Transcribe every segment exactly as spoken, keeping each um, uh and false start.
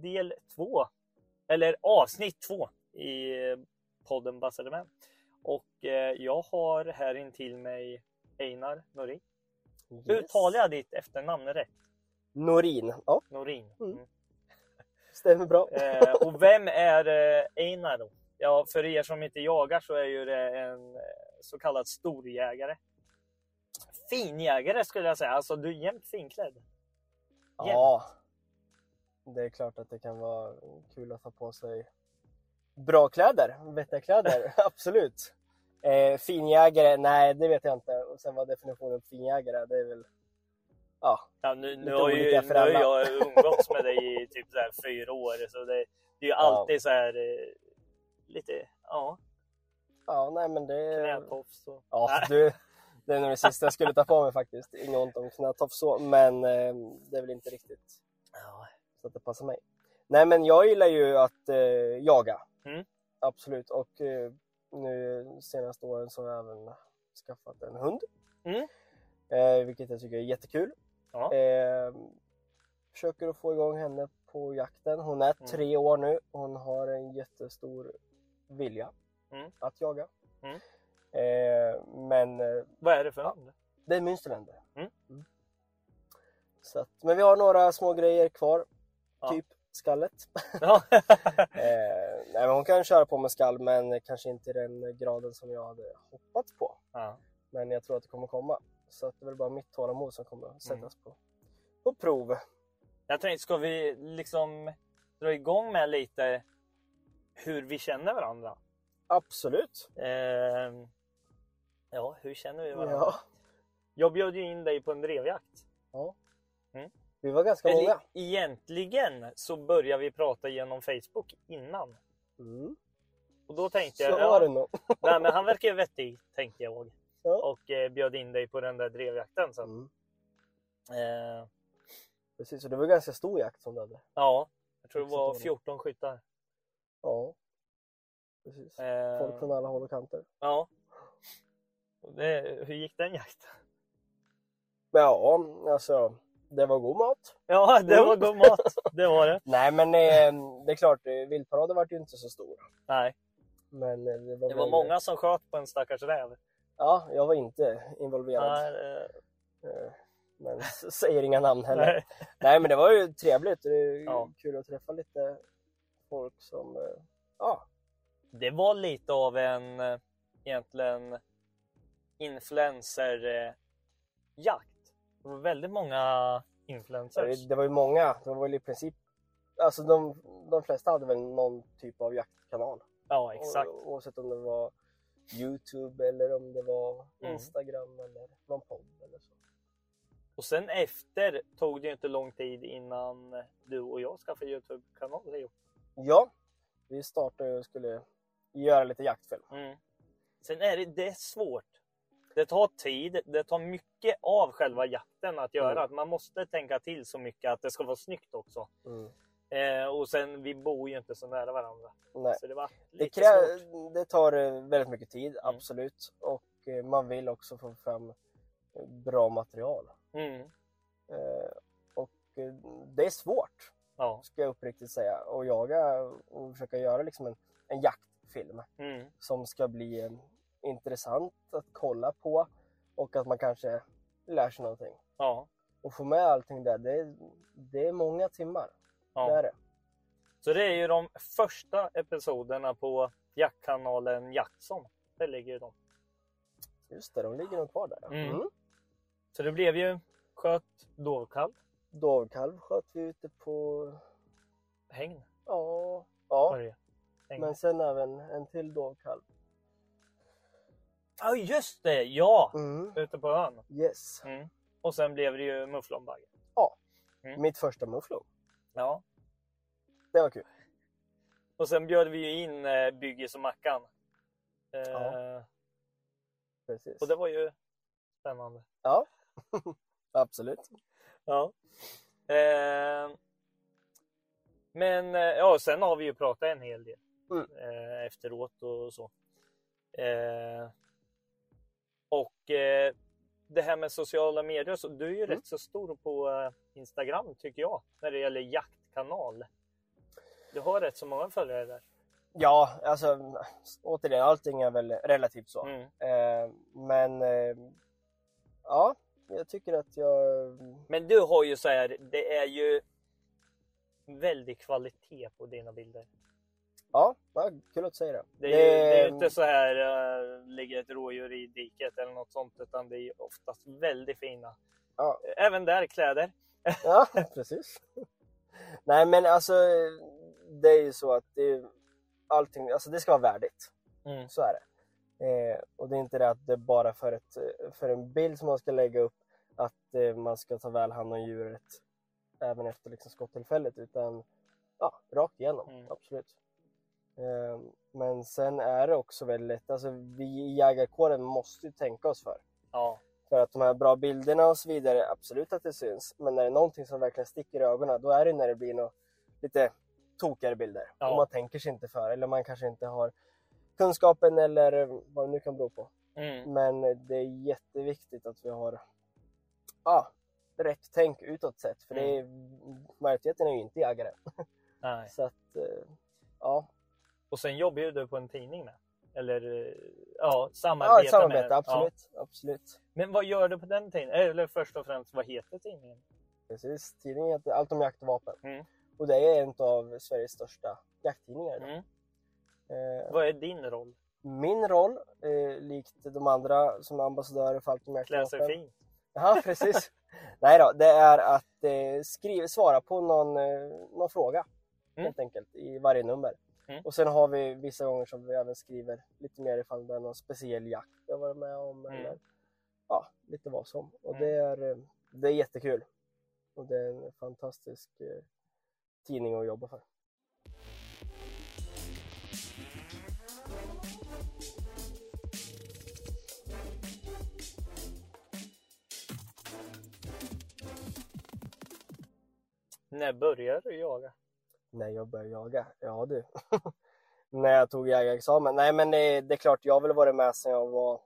del två. Eller avsnitt två i podden Bassade Män. Och eh, jag har här in till mig Einar Norin. Yes. Hur talar jag ditt efternamn rätt? Norin. Ja, Norin. Mm. Mm. stämmer bra. Eh, och vem är eh, Einar då? Ja, för er som inte jagar så är ju det en eh, så kallad storjägare. Finjägare skulle jag säga. Alltså du är jämt finklädd. Ja, det är klart att det kan vara kul att ta på sig bra kläder, vettiga kläder, absolut. Eh, finjägare, nej det vet jag inte. Och sen vad definitionen på finjägare, det är väl, ja. Ja, nu, nu, lite har ju, olika nu för har alla. jag umgåtts med dig i typ så här fyra år. Så det, det är ju alltid så här eh, lite, ja, Ja, nej men det är... knätofs och... Ja, du, det är nog det sista jag skulle ta på mig faktiskt. Inget ont om knätofs så, men eh, det är väl inte riktigt Ja. så att det passar mig. Nej men jag gillar ju att eh, jaga. Mm. Absolut. Och eh, nu senaste åren så har jag även skaffat en hund. Mm. Eh, vilket jag tycker är jättekul. Ja. Eh, försöker att få igång henne på jakten. Hon är Mm. tre år nu. Hon har en jättestor vilja Mm. att jaga. Mm. Eh, men eh, Vad är det för hund? det är Münsterländer. Mm. Mm. Så att, men vi har några små grejer kvar. Ja. Typ skallet. Ja. eh, nej, men hon kan köra på med skall, men kanske inte i den graden som jag hade hoppats på. Ja. Men jag tror att det kommer komma. Så att det är väl bara mitt tålamod som kommer att sättas Mm. på, på prov. Jag tänkte, ska vi liksom dra igång med lite hur vi känner varandra? Absolut. Eh, ja, hur känner vi varandra? Ja. Jag bjöd ju in dig på en drevjakt. ja. Mm. Vi var ganska Eller många. egentligen så började vi prata genom Facebook innan. Mm. Och då tänkte Så jag, var det ja, nog. nej, men han verkar ju vettig, tänkte jag. Ja. Och eh, bjöd in dig på den där drevjakten. Så. Mm. Eh, Precis, så det var ganska stor jakt som du hade. ja, jag tror det Också var dåligt. fjorton skyttar. Ja. Precis. Eh, Folk från alla håll och kanter. Ja. Och det, hur gick den jakten? Men ja, alltså det var god mat. Ja, det var god mat. Det var det. Nej men eh, det är klart, eh, vildparaden var ju inte så stor. Nej, Men eh, det var, det var väl- många som sköt på en stackars räv. Ja, jag var inte involverad. Nej, eh, Eh, Men s- säger inga namn heller. nej. Nej men det var ju trevligt. Det är ju Ja. kul att träffa lite folk som, eh, ja. Det var lite av en eh, egentligen influencer-jakt. Det var väldigt många influencers. Det, det var ju många. Det var väl i princip, alltså de, de flesta hade väl någon typ av jaktkanal. Ja, exakt. O- oavsett om det var YouTube eller om det var Mm. Instagram eller någon podd eller så. Och sen efter tog det ju inte lång tid innan du och jag skaffade YouTube-kanal. Leo. Ja, vi startade och skulle göra lite jaktfilm. Mm. Sen är det, det är svårt. Det tar tid. Det tar mycket av själva jakten att göra. Mm. Att man måste tänka till så mycket att det ska vara snyggt också. Mm. Eh, och sen, vi bor ju inte så nära varandra. Nej. Så det var Det, lite krä- svårt. det tar eh, väldigt mycket tid, Mm. absolut. Och eh, man vill också få fram eh, bra material. Mm. Eh, och eh, det är svårt, Ja. ska jag uppriktigt säga. Att jaga och försöka göra liksom en, en jaktfilm Mm. som ska bli eh, intressant att kolla på. Och att man kanske lär sig någonting. Ja. Och få med allting där, det är, det är många timmar. Ja. Det är det. Så det är ju de första episoderna på jaktkanalen Jackson. Där ligger ju de. Just det, de ligger nog kvar där. Mm. Mm. Så det blev ju sköt dovkalv. Dovkalv sköt vi ute på, Hängn. ja, Var ja. det? Hängn. Men sen även en till dovkalv. Ja, just det! Ja! Mm. Ute på ön. Yes. Mm. Och sen blev det ju mufflonbagge. Mm. Mitt första mufflon. Ja. Det var kul. Och sen bjöd vi ju in eh, Byggis och Mackan. Eh, Ja. Precis. Och det var ju spännande. Ja, absolut. Ja. Eh, men eh, ja, sen har vi ju pratat en hel del Mm. eh, efteråt och så. Eh, och eh, det här med sociala medier, så du är ju Mm. rätt så stor på eh, Instagram tycker jag, när det gäller jaktkanal. Du har rätt så många följare där. Ja, alltså återigen, allting är väl relativt så. Mm. Eh, men eh, ja, jag tycker att jag... Men du har ju så här, det är ju väldigt kvalitet på dina bilder. Ja, ja kul att säga det. Det är, det... det är ju inte så här, uh, ligger ett rådjur i diket eller något sånt, utan det är oftast väldigt fina. Ja. Även där kläder. Ja, precis. Nej, men alltså det är ju så att det, allting, alltså det ska vara värdigt. Mm. Så är det. Eh, och det är inte det att det är bara för, ett, för en bild som man ska lägga upp att eh, man ska ta väl hand om djuret även efter liksom skottillfället, utan ja, rakt igenom, Mm. absolut. Eh, men sen är det också väldigt lätt, alltså vi i jägarkåren måste ju tänka oss för. Ja. För att de här bra bilderna och så vidare, absolut att det syns. Men när det är någonting som verkligen sticker i ögonen, då är det när det blir något lite tokigare bilder. Ja. Och man tänker sig inte för, eller man kanske inte har kunskapen eller vad det nu kan bero på. Mm. Men det är jätteviktigt att vi har ja, rätt tänk utåt sett. För det är, majoriteten är ju inte jägare. Nej. Så att, eh, ja. Och sen jobbar ju du på en tidning med. Eller ja, samarbete, Ja, ett samarbete, med. absolut, ja. absolut. Men vad gör du på den tidningen? Eller först och främst, vad heter tidningen? Precis, tidningen heter Allt om jakt och vapen. Mm. Och det är en av Sveriges största jakttidningar. Mm. Eh, Vad är din roll? Min roll, eh, likt de andra som ambassadörer för Allt om jakt och Klä sig vapen. fint. Ja, precis. Nej då, det är att eh, skriva, svara på någon, eh, någon fråga Mm. helt enkelt i varje nummer. Mm. Och sen har vi vissa gånger som vi även skriver lite mer ifall det är någon speciell jakt jag varit med om Mm. eller ja, lite vad som. Och Mm. det är, eh, det är jättekul. Och det är en fantastisk eh, tidning att jobba för. När började du jaga? När jag började jaga? Ja du. När jag tog jägarexamen. Nej men det, det är klart, jag har väl varit med sedan jag var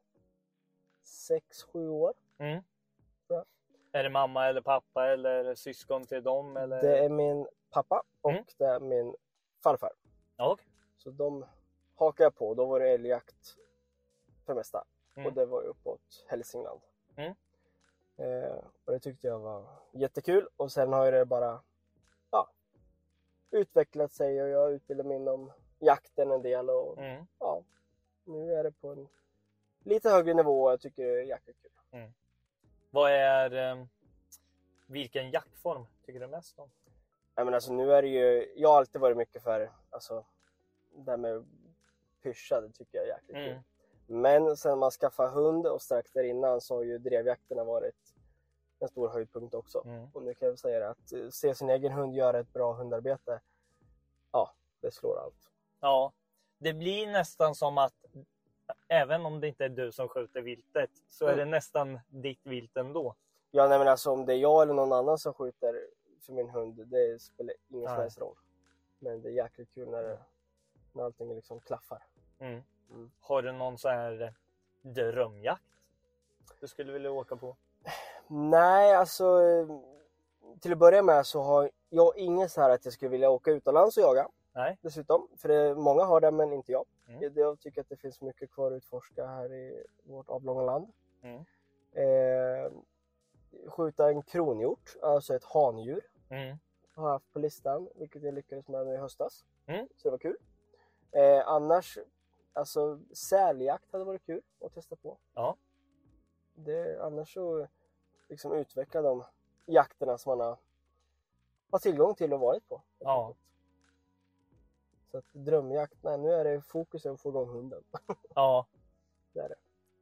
sex sju år. Mm. Ja. Är det mamma eller pappa eller syskon till dem? Eller? Det är min pappa och Mm. det är min farfar. Ja. Så de hakade jag på. Då var det älgjakt för det mesta. Mm. Och det var ju uppåt Hälsingland. Mm. Eh, och det tyckte jag var jättekul. Och sen har ju det bara ja, utvecklat sig och jag utbildade mig inom jakten en del. Och Mm. ja, nu är det på en lite högre nivå och jag tycker jakt är kul. Mm. Vad är, eh, vilken jaktform tycker du mest om? Jag menar, alltså, nu är det ju, jag har alltid varit mycket för alltså, det här med pyscha, det tycker jag är jäkligt Mm. kul. Men sen man skaffade hund och strax där innan så har ju drevjakterna varit en stor höjdpunkt också. Mm. Och nu kan jag säga det, att se sin egen hund göra ett bra hundarbete, ja, det slår allt. Ja, det blir nästan som att även om det inte är du som skjuter viltet så är Mm. det nästan ditt vilt ändå. Ja, nej, men alltså om det är jag eller någon annan som skjuter för min hund, det spelar ingen Nej. som helst roll. Men det är jäkligt kul när, det, när allting liksom klaffar. Mm. Mm. Har du någon så här drömjakt du skulle vilja åka på? Nej, alltså till att börja med så har jag ingen så här att jag skulle vilja åka utomlands och jaga. Nej. Dessutom, för det, många har det men inte jag. Mm. Jag tycker att det finns mycket kvar att utforska här i vårt avlånga land. Mm. Eh, skjuta en kronhjort, alltså ett handjur. Mm. Har jag haft på listan, vilket jag lyckades med nu i höstas. Mm. Så det var kul. Eh, annars, alltså säljakt hade varit kul att testa på. Ja. Det, annars så liksom utveckla de jakterna som man har, har tillgång till och varit på. Ja. Så att drömjakt, nej nu är det fokus att få igång hunden. Ja. Det är det.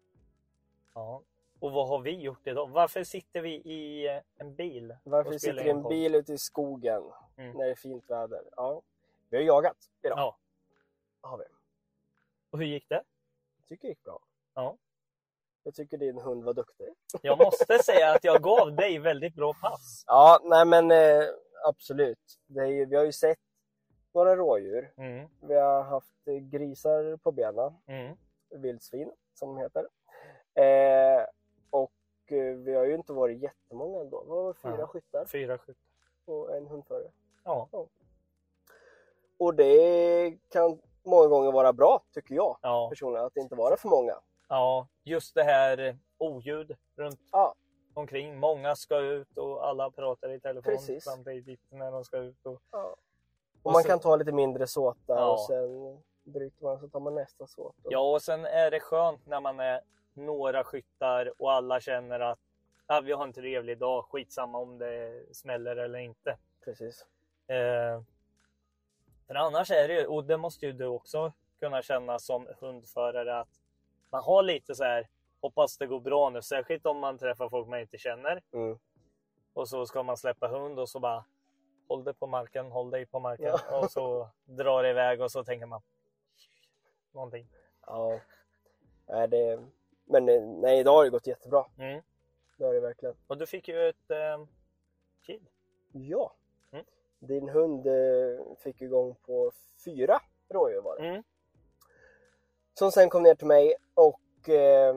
Ja. Och vad har vi gjort idag? Varför sitter vi i en bil? Varför och vi spelar sitter i in en podd? bil ute i skogen Mm. när det är fint väder? Ja, vi har jagat idag. Ja. Har vi. Och hur gick det? Jag tycker det gick bra. Ja. Jag tycker din hund var duktig. Jag måste säga att jag gav dig väldigt bra pass. Ja, nej men eh, absolut. Det är ju, vi har ju sett några rådjur. Mm. Vi har haft eh, grisar på benen. Mm. Vildsvin som de heter. Eh, och eh, vi har ju inte varit jättemånga ändå. Det var fyra Ja. skyttar Fyra skyttar. och en hundförare. Ja. Och det kan många gånger vara bra, tycker jag Ja. personligen, att det inte vara för många. Ja, just det här oljud runt Ja, omkring. Många ska ut och alla pratar i telefon Precis. samtidigt när de ska ut. Och, ja. Och, Och man så- kan ta lite mindre såta Ja. och sen bryter man så tar man nästa såt. Och... ja, och sen är det skönt när man är några skyttar och alla känner att ja, vi har en trevlig dag, skitsamma om det smäller eller inte. Precis. Eh, för annars är det ju, och det måste ju du också kunna känna som hundförare, att man har lite så här, hoppas det går bra nu, särskilt om man träffar folk man inte känner. Mm. Och så ska man släppa hund och så bara håll dig på marken, håll dig på marken. Ja. Och så drar det iväg och så tänker man någonting. Ja. Nej, det... Men eh, nej, idag har det gått jättebra. Mm. Det har det verkligen. Och du fick ju ett eh, kid. Ja. Mm. Din hund eh, fick igång på fyra rådjur var det. Mm. Som sen kom ner till mig och eh,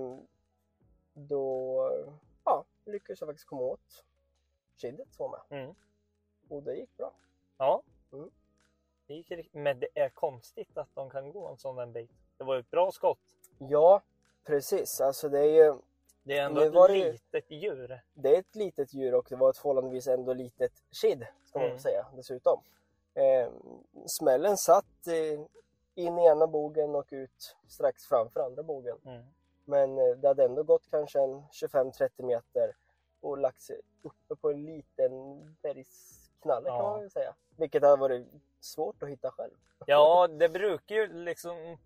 då ja, lyckades jag faktiskt komma åt kidet som var med. Mm. Och det gick bra. Ja. Mm. Det gick, rikt- men det är konstigt att de kan gå en sån där bit. Det var ett bra skott. Ja, precis. Alltså det är ju Det är ändå Nu ett var det ju- litet djur. det är ett litet djur och det var ett förhållandevis ändå litet kid, ska man Mm. väl säga dessutom. Eh, smällen satt eh, in i ena bogen och ut strax framför andra bogen. Mm. Men eh, det hade ändå gått kanske en tjugofem till trettio meter och lagt sig uppe på en liten bergsknalle kan Ja. man väl säga. Vilket hade varit svårt att hitta själv. Ja, det brukar ju liksom...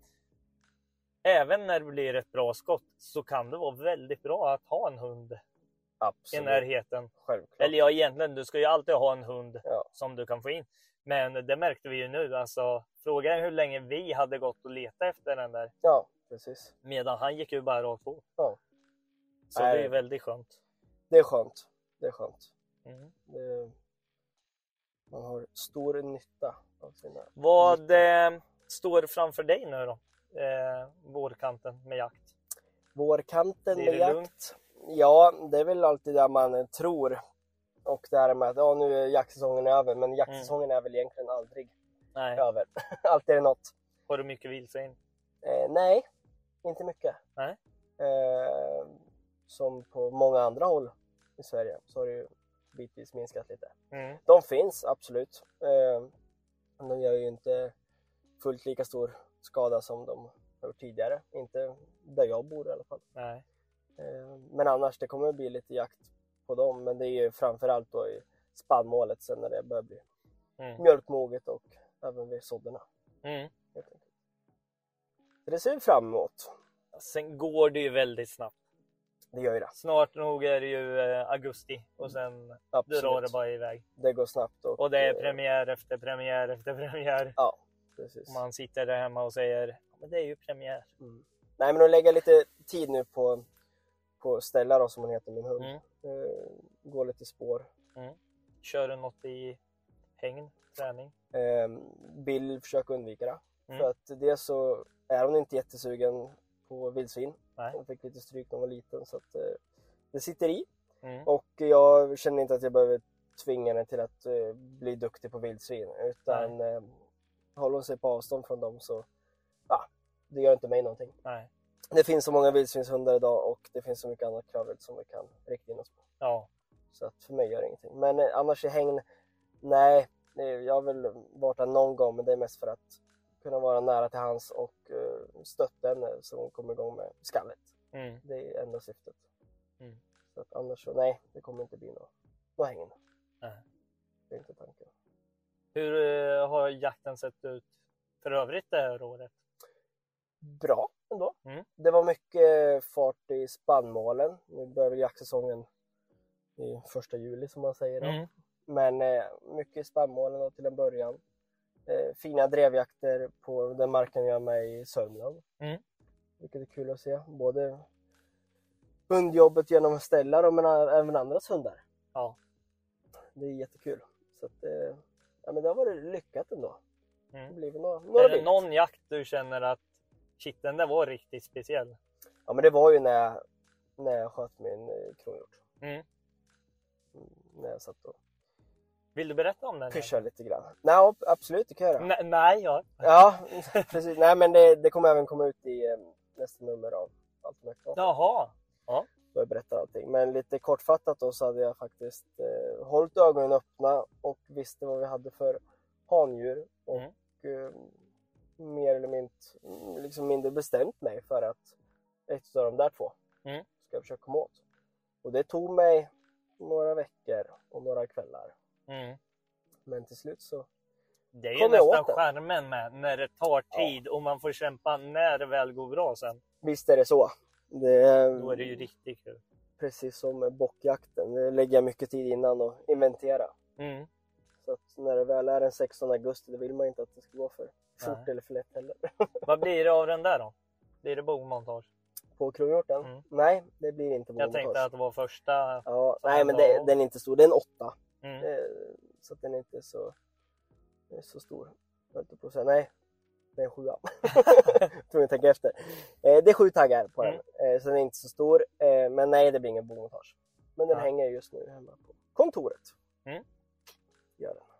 Även när det blir ett bra skott så kan det vara väldigt bra att ha en hund i Absolut. närheten. Självklart. Eller ja, egentligen, du ska ju alltid ha en hund Ja. som du kan få in. Men det märkte vi ju nu. Alltså, frågan är hur länge vi hade gått och letat efter den där. Ja, precis. Medan han gick ju bara rakt på. Ja. Så Nej. det är ju väldigt skönt. Det är skönt. Det är skönt. Mm. Det... Man har stor nytta av sina... Vad eh, står framför dig nu då? Eh, vårkanten med jakt. Vårkanten Blir med det jakt. lugnt? Ja, det är väl alltid där man tror. Och det här med att ja, nu är jaktsäsongen över. Men jaktsäsongen är väl egentligen aldrig Nej. över. Alltid är det något. Har du mycket vildsvin? Eh, nej, inte mycket. Nej. Eh, som på många andra håll i Sverige så har det ju bitvis minskat lite. Mm. De finns, absolut. Eh, de gör ju inte fullt lika stor skada som de har gjort tidigare. Inte där jag bor i alla fall. Nej. Eh, men annars, det kommer att bli lite jakt på dem. Men det är ju framförallt då i spannmålet sen när det börjar bli Mm. mjölkmoget och även vid sådderna. Mm. Helt enkelt. Så det ser vi fram emot. Sen går det ju väldigt snabbt. Det gör ju det. Snart nog är det ju eh, augusti och sen Absolut. drar det bara iväg. Det går snabbt. Och, Och det är eh, premiär efter premiär efter premiär. Ja, precis. Och man sitter där hemma och säger, "Ja, men det är ju premiär." Mm. Nej, men att lägga lite tid nu på, på Stella då, som hon heter, min hund. Mm. Eh, gå lite spår. Mm. Kör du något i hängn, träning? Eh, Bill försöker undvika det. Mm. För att det så är hon inte jättesugen på vildsvin. Nej. Hon fick lite stryk när hon var liten så att eh, det sitter i. Mm. Och jag känner inte att jag behöver tvinga henne till att eh, bli duktig på vildsvin. Utan eh, håller hon sig på avstånd från dem så ja, det gör inte mig någonting. Nej. Det finns så många vildsvinshundar idag och det finns så mycket annat kravligt som vi kan rikta in oss på. Ja. Så att för mig gör det ingenting. Men eh, annars i hängn, nej, eh, jag har väl varit där någon gång, men det är mest för att kunna vara nära till hans och eh, stötta henne så hon kommer igång med skallet. Mm. Det är enda syftet. Mm. Så att annars så, nej, det kommer inte bli något, något hängn. Nej. Det är inte tanken. Hur eh, har jakten sett ut för övrigt det här året? Bra ändå. Mm. Det var mycket fart i spannmålen. Nu börjar väl jaktsäsongen i första juli som man säger. Då. Mm. Men eh, mycket spannmålen då till en början. Eh, fina drevjakter på den marken jag är med i Sörmland. Mm. Vilket är kul att se. Både hundjobbet genom Stella och men även andras hundar. Ja. Det är jättekul. Så att, eh, ja, men det har varit lyckat ändå. Det Mm. blir några, några Är det vilt. någon jakt du känner att shit, den där var riktigt speciell? Ja, men det var ju när jag, när jag sköt min eh, kronhjort. Mm. Mm, när jag satt och Vill du berätta om den? Pyscha lite grann. Nej, absolut, det kan jag göra. N- nej, ja. Ja, precis. Nej, men det, det kommer även komma ut i eh, nästa nummer av Allt med kvar. Jaha. Ja. Då jag berättar allting. Men lite kortfattat då så hade jag faktiskt eh, hållit ögonen öppna och visste vad vi hade för handjur. Och Mm. eh, mer eller mindre, liksom mindre bestämt mig för att ett av de där två Mm. ska jag försöka komma åt. Och det tog mig några veckor och några kvällar. Mm. Men till slut så Det är ju Kom jag nästan åt den? skärmen med när det tar tid och man får kämpa när det väl går bra sen. visst är det så. Det är, Då är det ju riktigt kul. precis som med bockjakten. Det lägger jag mycket tid innan och inventera. Mm. Så att när det väl är den sextonde augusti, då vill man inte att det ska gå för fort Nej. eller för lätt heller. Vad blir det av den där då? Blir det bogmontage? På kronhjorten? Mm. Nej, det blir inte Jag bogmontage. tänkte att det var första. Ja, som nej, men var- det, den är inte stor. Det är en åtta. Mm. Eh, Så att den är inte så, den är så stor. Jag höll på att säga, nej, det är en sjua. Tvungen att tänka efter. Eh, Det är sju taggar på Mm. den. Eh, Så den är inte så stor. Eh, Men nej, det blir ingen bogmontage. Men den Ja. hänger just nu hemma på kontoret. Mm. Gör den.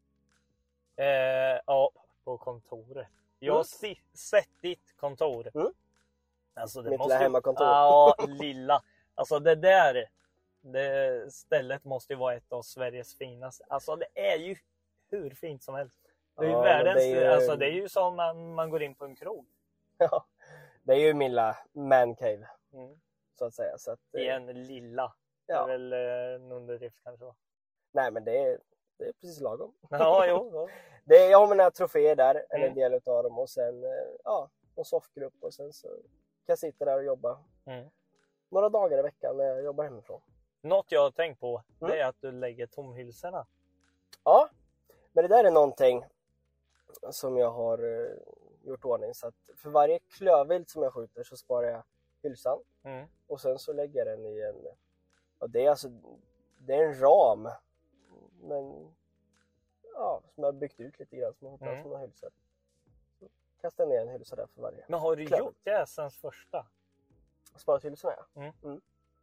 Eh, ja, på kontoret. Jag har Mm. si- sett ditt kontor. Mm. Alltså det Mitt måste lilla ju- hemmakontor. Ja, lilla. Alltså det där det stället måste ju vara ett av Sveriges finaste. Alltså det är ju hur fint som helst. Det är ju Ja, men världens, det är ju- alltså det är ju som man, man går in på en krog. Ja, det är ju min lilla mancave, Mm. så att säga. Så att, eh, I en lilla. Det är ja. väl eh, en underdrift kanske va? Nej, men det är, det är precis lagom. Ja, jo. Ja. Det är, jag har mina troféer där, eller en Mm. del av dem. Och sen, eh, ja, en soffgrupp. Och sen så kan jag sitta där och jobba Mm. några dagar i veckan när jag jobbar hemifrån. Något jag har tänkt på Mm. det är att du lägger tomhylsorna. Ja, men det där är någonting som jag har eh, gjort ordning. Så att för varje klövvilt som jag skjuter så sparar jag hylsan. Mm. Och sen så lägger jag den i en... Ja, det är alltså... Det är en ram. Men... Ja, som jag har byggt ut lite grann. Som jag har Mm. mm. sådana hylsor. Så kastar jag ner en hylsa där för varje. Men har du Klart. gjort det sen första? Sparat hylsorna, ja. Mm. Mm.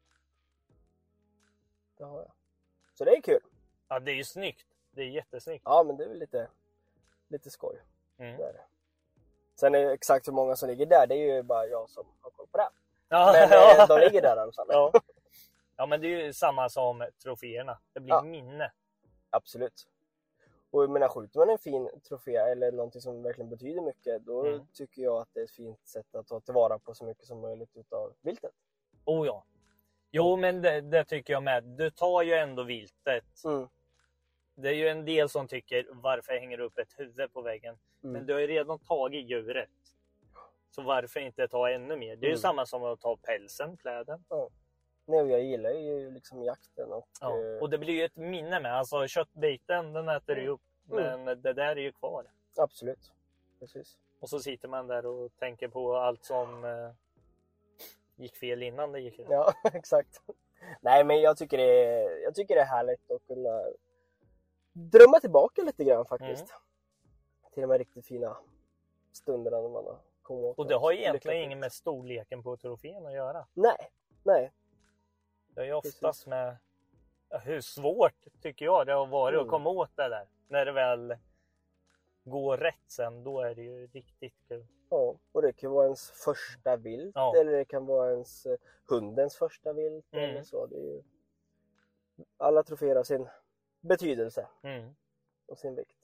Det har jag. Så det är kul. Ja, det är ju snyggt. Det är jättesnyggt. Ja, men det är väl lite... Lite skoj. Mm. Det är det. Sen är det exakt hur många som ligger där. Det är ju bara jag som har koll på det. Ja, Men ja. eh, de ligger där i alla fall. Ja. Ja, men det är ju samma som troféerna. Det blir Ja. minne. Absolut. Och jag menar, skjuter man en fin trofé eller någonting som verkligen betyder mycket, då Mm. tycker jag att det är ett fint sätt att ta tillvara på så mycket som möjligt utav viltet. Oh ja. Jo, men det, det tycker jag med. Du tar ju ändå viltet. Mm. Det är ju en del som tycker, varför hänger du upp ett huvud på väggen? Mm. Men du har ju redan tagit djuret. Så varför inte ta ännu mer? Det är ju Mm. samma som att ta pälsen, kläden. Nej, och jag gillar ju liksom jakten och... Ja. eh, Och det blir ju ett minne med. Alltså köttbiten, den äter ju upp. Mm. Men det där är ju kvar. Absolut. Precis. Och så sitter man där och tänker på allt som eh, gick fel innan det gick rätt. Ja, exakt. Nej, men jag tycker, det är, jag tycker det är härligt att kunna drömma tillbaka lite grann faktiskt. Mm. Till de här riktigt fina stunderna när man har kommit åt Och dem. det har ju Lycka egentligen till. inget med storleken på trofén att göra. Nej, nej. Det är ju oftast Precis. med ja, hur svårt tycker jag det har varit Mm. att komma åt det där. När det väl går rätt sen, då är det ju riktigt kul. Ja, och det kan vara ens första vilt Ja. eller det kan vara ens eh, hundens första vilt Mm. eller så. Det är ju... Alla troféer har sin betydelse Mm. och sin vikt.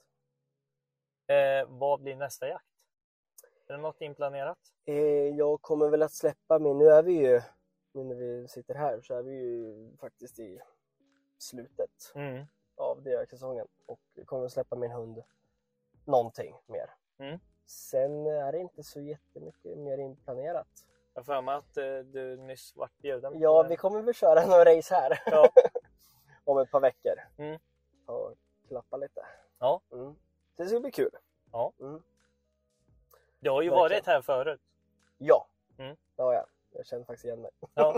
Eh, vad blir nästa jakt? Är det något inplanerat? Eh, jag kommer väl att släppa min, nu är vi ju, nu när vi sitter här så är vi ju faktiskt i slutet Mm. av jaktsäsongen och jag kommer att släppa min hund någonting mer. Mm. Sen är det inte så jättemycket mer inplanerat. Jag har för mig att eh, du nyss vart bjuden på Ja, en- vi kommer väl köra några race här Ja. om ett par veckor. Mm. Och klappa lite. Ja. Mm. Det ska bli kul. Ja. Mm. Det har ju Verkligen. varit här förut. Ja, Mm. det har jag. Jag känner faktiskt igen mig. Ja.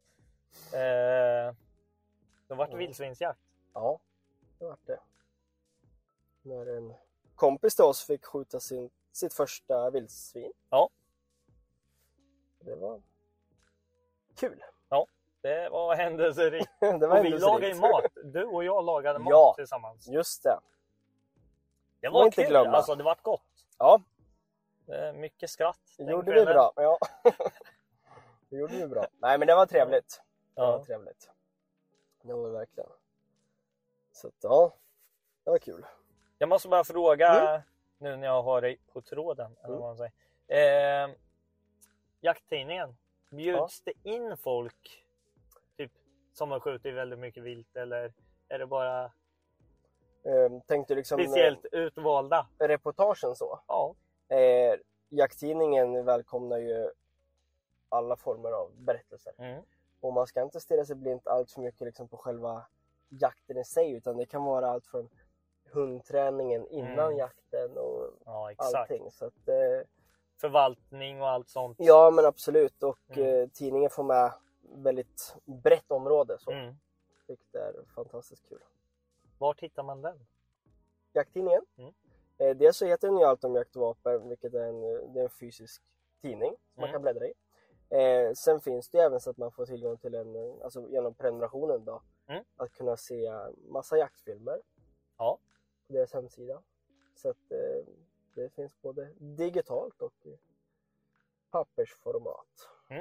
eh, det har varit Mm. vildsvinsjakt. Ja, det var det. När en kompis till oss fick skjuta sin, sitt första vildsvin. Ja. Det var kul. Det Det var händelserikt. Det var och vi händelserikt. lagade ju mat. Du och jag lagade mat Ja, tillsammans. just det. Det Får var inte kul. glömma. Alltså det var gott. Ja, Eh, Mycket skratt. det den gjorde vi kvällen. bra. Ja. Det gjorde vi bra. Nej, men det var trevligt. Det Ja. var trevligt. Det var det verkligen. Så att, ja, det var kul. Jag måste bara fråga Mm. nu när jag har dig på tråden. Eller Mm. vad man säger. Eh, jakttidningen. Bjuds det in folk typ, som har skjutit väldigt mycket vilt? Eller är det bara Eh, tänkte liksom speciellt utvalda? eh, reportagen så. Ja. Eh, jakttidningen välkomnar ju alla former av berättelser. Mm. Och man ska inte stirra sig blint allt för mycket liksom på själva jakten i sig, utan det kan vara allt från hundträningen innan Mm. jakten och Ja, exakt. allting. Så att, eh, Förvaltning och allt sånt. ja, men absolut. Och Mm. eh, tidningen får med väldigt brett område. Så Mm. vilket är fantastiskt kul. Var hittar man den? Jakttidningen. Mm. Eh, dels så heter den ju Allt om jakt och vapen, vilket är en, det är en fysisk tidning som man Mm. kan bläddra i. Eh, sen finns det ju även så att man får tillgång till en, eh, alltså genom prenumerationen då, Mm. att kunna se massa jaktfilmer Ja. på deras hemsida. Så att eh, det finns både digitalt och i pappersformat. Mm.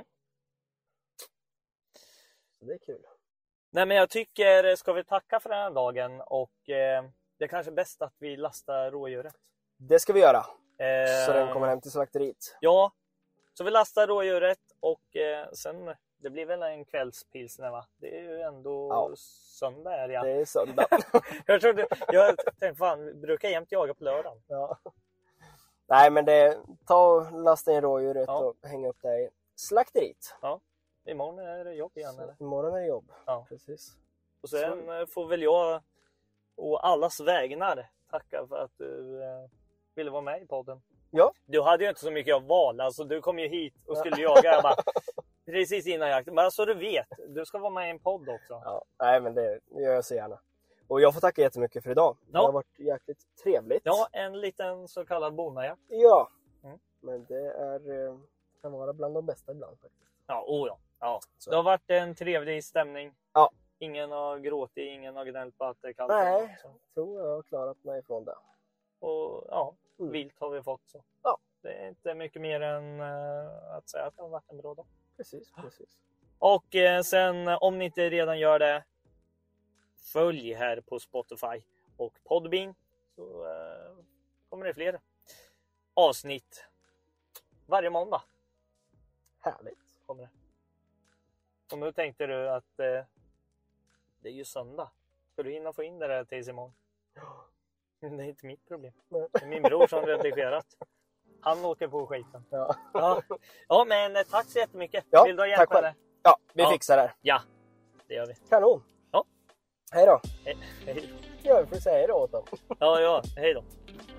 Så det är kul. Nej, men jag tycker, ska vi tacka för den här dagen och eh, det är kanske bäst att vi lastar rådjuret. Det ska vi göra. Eh, Så den kommer hem till slakteriet. Ja, så vi lastar rådjuret och eh, sen, det blir väl en kvällspilsner va? Det är ju ändå Ja. söndag här ja. Det är söndag. jag trodde, jag tänkte fan, vi brukar jämt jaga på lördagen. Ja. Nej, men det, ta och lasta in rådjuret Ja. och hänga upp det i slakteriet. Imorgon är det jobb igen eller? Imorgon är det jobb. Ja. Precis. Och sen eh, får väl jag och allas vägnar tacka för att du eh, ville vara med i podden. Ja. Du hade ju inte så mycket av val, alltså du kom ju hit och skulle jaga jag bara, precis innan jakten. Men så du vet, du ska vara med i en podd också. Ja. Nej, men det, det gör jag så gärna. Och jag får tacka jättemycket för idag. Det Ja. har varit jäkligt trevligt. Ja, en liten så kallad bonnajakt. Ja. Mm. Men det är, eh, kan vara bland de bästa ibland faktiskt. Ja, oh ja. ja. Så. Det har varit en trevlig stämning. Ja. Ingen har gråtit, ingen har gnällt på att det är kallt. Nej. Så. Jag tror jag har klarat mig från det. Och ja, Mm. vilt har vi fått så. Ja. Det är inte mycket mer än uh, att säga att det har varit en bra dag. Precis, precis. Och eh, sen om ni inte redan gör det, följ här på Spotify och Podbean, så eh, kommer det fler avsnitt varje måndag. Härligt. Kommer det. Och nu tänkte du att eh, det är ju söndag. Ska du hinna få in det där tills imorgon? Det är inte mitt problem. Nej. Det är min bror som redigerat. Han åker på skiten. Ja, Ja, ja men eh, tack så jättemycket. Ja, Vill du ha hjälp tack med själv. det? ja vi Ja. fixar det här. Ja, det gör vi. Kanon. Ja. Hej då. Hej, hej. Ja, vi får säga hej då åt dem. Ja, ja, hej då.